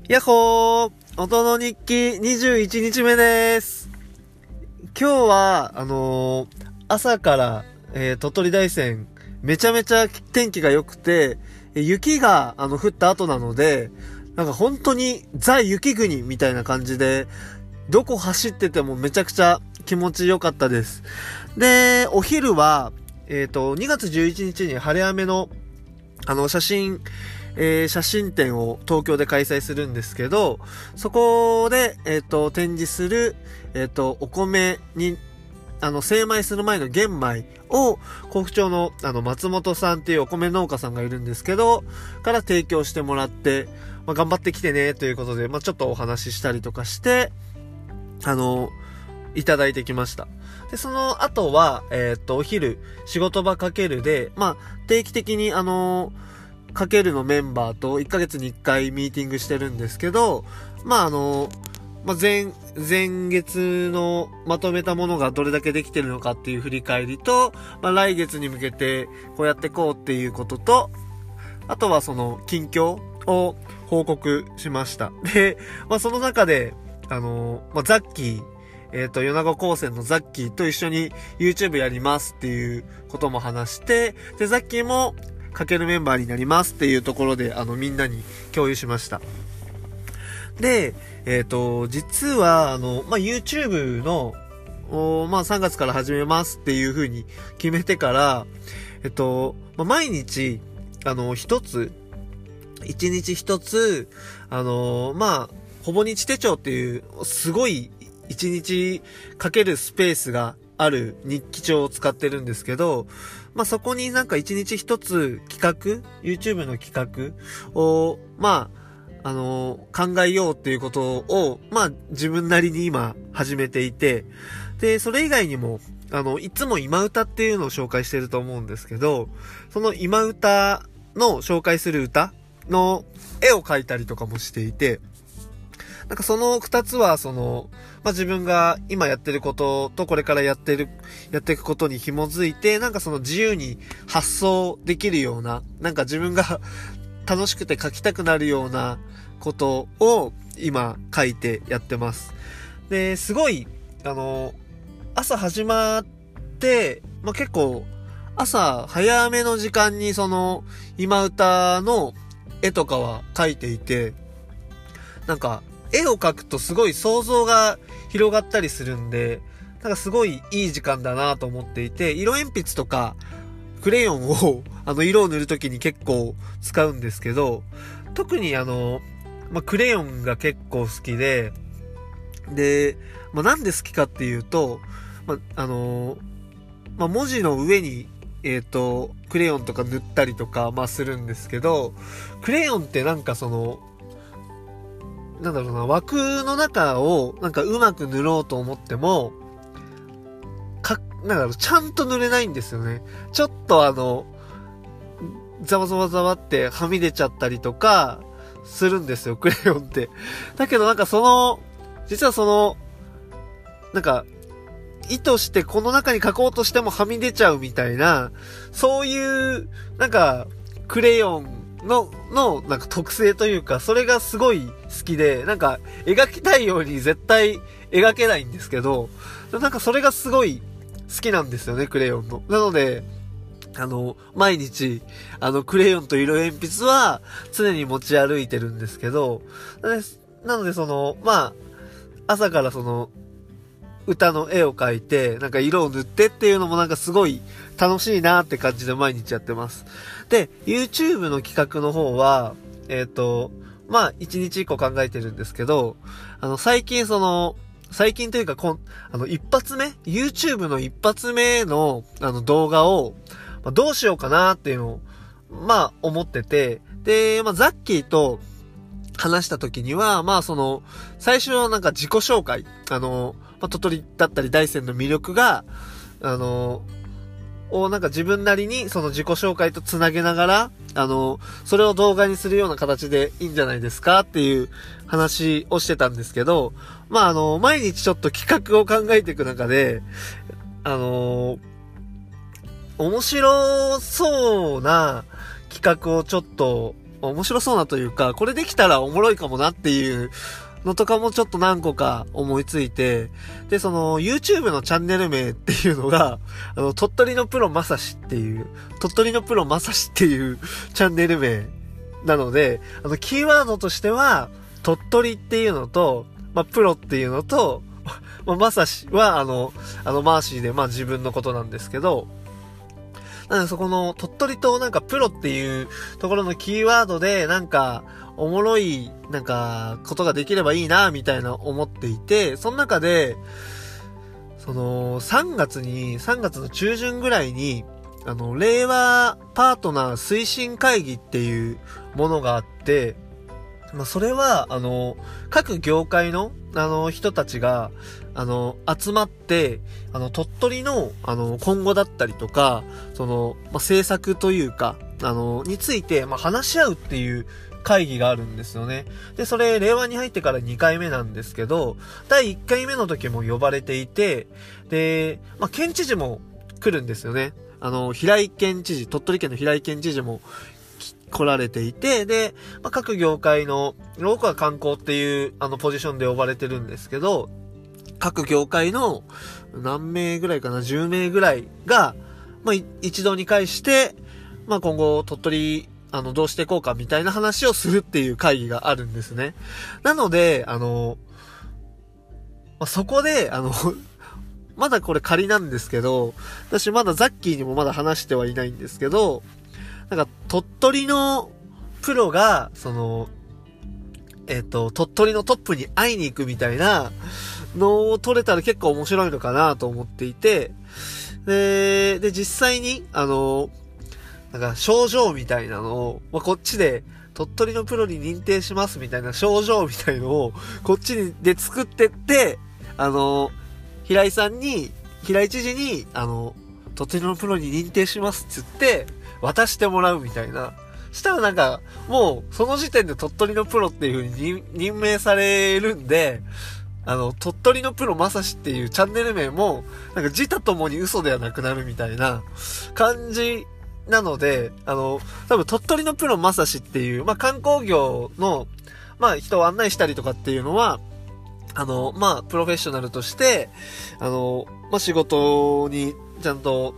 やっほー、音の日記21日目です。今日は、朝から、鳥取大山、めちゃめちゃ天気が良くて、雪が、降った後なので、なんか本当にザ雪国みたいな感じで、どこ走っててもめちゃくちゃ気持ち良かったです。で、お昼は、2月11日に晴れ雨の、写真展を東京で開催するんですけど、そこで、展示する、お米に、精米する前の玄米を、甲府町の、松本さんっていうお米農家さんがいるんですけど、から提供してもらって、頑張ってきてね、ということで、ちょっとお話ししたりとかして、いただいてきました。で、その後は、お昼、仕事場かけるで、定期的にかけるのメンバーと1ヶ月に1回ミーティングしてるんですけど、前月のまとめたものがどれだけできてるのかっていう振り返りと、来月に向けてこうやってこうっていうことと、あとはその近況を報告しました。で、その中で、ザッキー、米子高専のザッキーと一緒に YouTube やりますっていうことも話して、で、ザッキーもかけるメンバーになりますっていうところで、みんなに共有しました。で、実は、YouTube の、3月から始めますっていう風に決めてから、毎日、一日一つ、ほぼ日手帳っていう、すごい、一日かけるスペースがある日記帳を使ってるんですけど、そこになんか一日一つYouTube の企画を、考えようっていうことを、自分なりに今始めていて、で、それ以外にも、いつも今歌っていうのを紹介してると思うんですけど、その今歌の紹介する歌の絵を描いたりとかもしていて、なんかその二つは自分が今やってることとこれからやっていくことに紐づいて、なんかその自由に発想できるような、なんか自分が楽しくて書きたくなるようなことを今書いてやってます。で、すごい、朝始まって、結構朝早めの時間に今歌の絵とかは描いていて、なんか絵を描くとすごい想像が広がったりするんで、なんかすごいいい時間だなと思っていて、色鉛筆とかクレヨンを色を塗るときに結構使うんですけど、特にクレヨンが結構好きで、で、なんで好きかっていうと、文字の上にクレヨンとか塗ったりとかするんですけど、クレヨンってなんか枠の中をなんかうまく塗ろうと思っても、ちゃんと塗れないんですよね。ちょっとざわざわざわってはみ出ちゃったりとかするんですよ、クレヨンって。だけど実は意図してこの中に書こうとしてもはみ出ちゃうみたいな、そういうクレヨンの特性というか、それがすごい好きで、描きたいように絶対描けないんですけど、それがすごい好きなんですよね、クレヨンの。なので、毎日、クレヨンと色鉛筆は常に持ち歩いてるんですけど、なので朝から歌の絵を描いて、色を塗ってっていうのもすごい楽しいなって感じで毎日やってます。で、YouTube の企画の方は、一日一個考えてるんですけど、最近というか一発目 YouTube の一発目の、動画を、どうしようかなっていうのを、思ってて、で、ザッキーと話した時には、最初は自己紹介、鳥取だったり大山の魅力が、自分なりに自己紹介とつなげながら、それを動画にするような形でいいんじゃないですかっていう話をしてたんですけど、毎日ちょっと企画を考えていく中で、面白そうな企画をちょっと面白そうなというか、これできたらおもろいかもなっていうのとかもちょっと何個か思いついて、で、その YouTube のチャンネル名っていうのが、鳥取のプロまさしっていう、鳥取のプロまさしっていうチャンネル名なので、キーワードとしては、鳥取っていうのと、プロっていうのと、まさしは、マーシーで、自分のことなんですけど、なのでそこの鳥取となんかプロっていうところのキーワードでなんかおもろいなんかことができればいいなみたいな思っていて、その中でその3月の中旬ぐらいに令和パートナー推進会議っていうものがあって、それは各業界の人たちが集まって、鳥取の、今後だったりとか、政策というか、について、話し合うっていう会議があるんですよね。で、それ、令和に入ってから2回目なんですけど、第1回目の時も呼ばれていて、で、県知事も来るんですよね。平井県知事、鳥取県の平井県知事も来られていて、で、各業界の、僕は観光っていう、ポジションで呼ばれてるんですけど、各業界の何名ぐらいかな、10名ぐらいが、一堂に会して、今後鳥取、どうしていこうかみたいな話をするっていう会議があるんですね。なので、そこで、まだこれ仮なんですけど、私まだザッキーにもまだ話してはいないんですけど、なんか鳥取のプロが、鳥取のトップに会いに行くみたいなのを取れたら結構面白いのかなと思っていて、で、実際に、なんか賞状みたいなのを、こっちで鳥取のプロに認定しますみたいな賞状みたいのをこっちで作ってって、平井知事に、鳥取のプロに認定しますって言って渡してもらうみたいな。したらなんか、もう、その時点で鳥取のプロっていう風に任命されるんで、鳥取のプロまさしっていうチャンネル名も、なんか自他ともに嘘ではなくなるみたいな感じなので、多分鳥取のプロまさしっていう、観光業の、人を案内したりとかっていうのは、プロフェッショナルとして、仕事にちゃんと、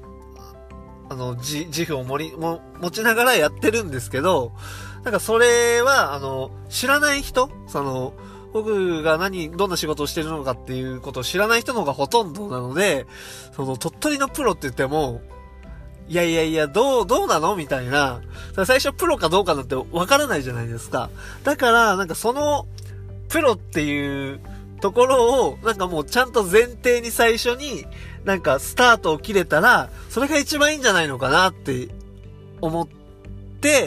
自負を持ちながらやってるんですけど、なんかそれは、知らない人、僕がどんな仕事をしてるのかっていうことを知らない人の方がほとんどなので、鳥取のプロって言っても、いや、どうなのみたいな。最初プロかどうかなんてわからないじゃないですか。だから、なんかその、プロっていうところを、なんかもうちゃんと前提に最初に、なんかスタートを切れたら、それが一番いいんじゃないのかなって思って、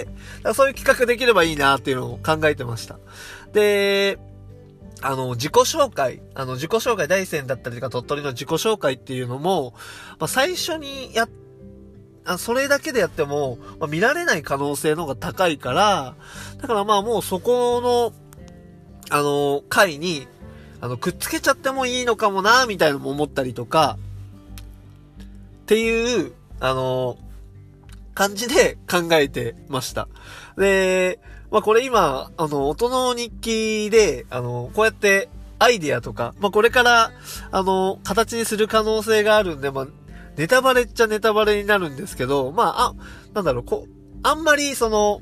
そういう企画できればいいなっていうのを考えてました。で、自己紹介第一線だったりとか鳥取の自己紹介っていうのも、最初にそれだけでやっても、見られない可能性の方が高いから、だからもうそこの、回に、くっつけちゃってもいいのかもな、みたいなのも思ったりとか、っていう、感じで考えてました。で、これ今、音の日記で、こうやってアイディアとか、これから、形にする可能性があるんで、ネタバレっちゃネタバレになるんですけど、あんまり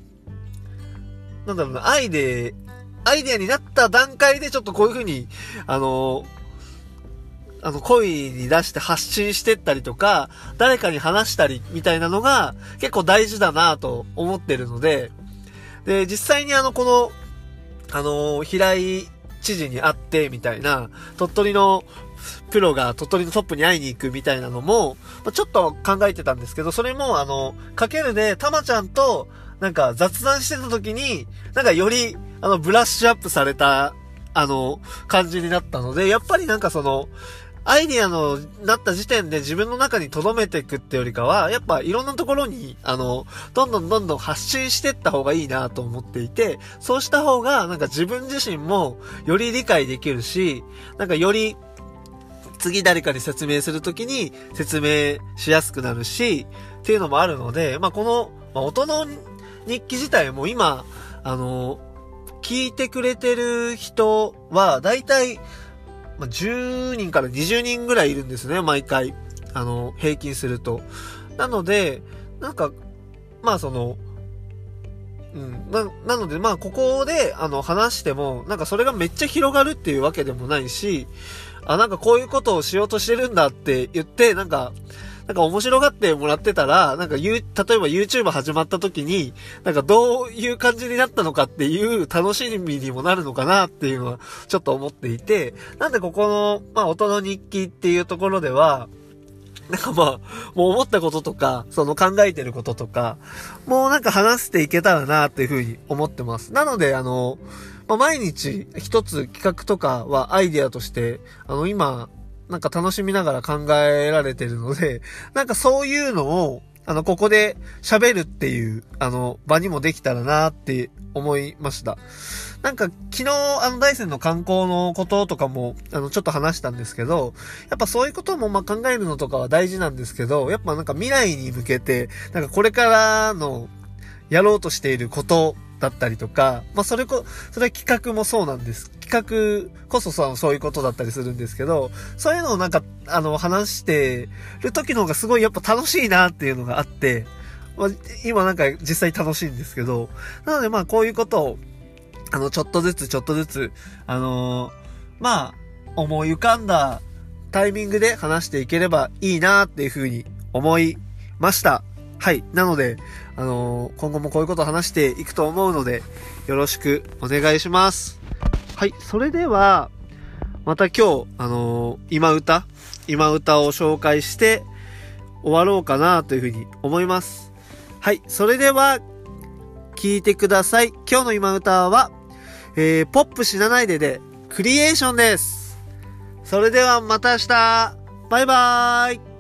アイデアになった段階でちょっとこういう風に、声に出して発信してったりとか、誰かに話したりみたいなのが結構大事だなと思ってるので、で、実際に平井知事に会ってみたいな、鳥取のプロが鳥取のトップに会いに行くみたいなのも、ちょっと考えてたんですけど、それもかけるで、たまちゃんと、なんか雑談してた時に、なんかより、ブラッシュアップされた、感じになったので、やっぱりなんかアイディアのなった時点で自分の中に留めていくってよりかは、やっぱいろんなところに、どんどん発信していった方がいいなと思っていて、そうした方が、なんか自分自身もより理解できるし、なんかより、次誰かに説明するときに説明しやすくなるし、っていうのもあるので、この、音の日記自体も今、聞いてくれてる人は、だいたい、10人から20人ぐらいいるんですね、毎回。平均すると。なので、なんか、なので、ここで、話しても、なんかそれがめっちゃ広がるっていうわけでもないし、なんかこういうことをしようとしてるんだって言って、なんか面白がってもらってたら、例えば YouTube 始まった時に、なんかどういう感じになったのかっていう楽しみにもなるのかなっていうのはちょっと思っていて、なんでここの、音の日記っていうところでは、もう思ったこととか、その考えてることとか、もうなんか話していけたらなっていうふうに思ってます。なので、毎日一つ企画とかはアイデアとして、今、なんか楽しみながら考えられてるので、なんかそういうのを、ここで喋るっていう、場にもできたらなって思いました。なんか昨日、大山の観光のこととかも、ちょっと話したんですけど、やっぱそういうことも考えるのとかは大事なんですけど、やっぱなんか未来に向けて、なんかこれからのやろうとしていることだったりとか、それは企画もそうなんです。企画こそそういうことだったりするんですけど、そういうのをなんか、話してる時の方がすごいやっぱ楽しいなっていうのがあって、今なんか実際楽しいんですけど、なのでこういうことを、ちょっとずつ、思い浮かんだタイミングで話していければいいなっていうふうに思いました。はい。なので、今後もこういうことを話していくと思うので、よろしくお願いします。はい。それでは、また今日、今歌を紹介して終わろうかなというふうに思います。はい。それでは、聞いてください。今日の今歌は、ポップ死なないでクリエーションです。それではまた明日。バイバーイ。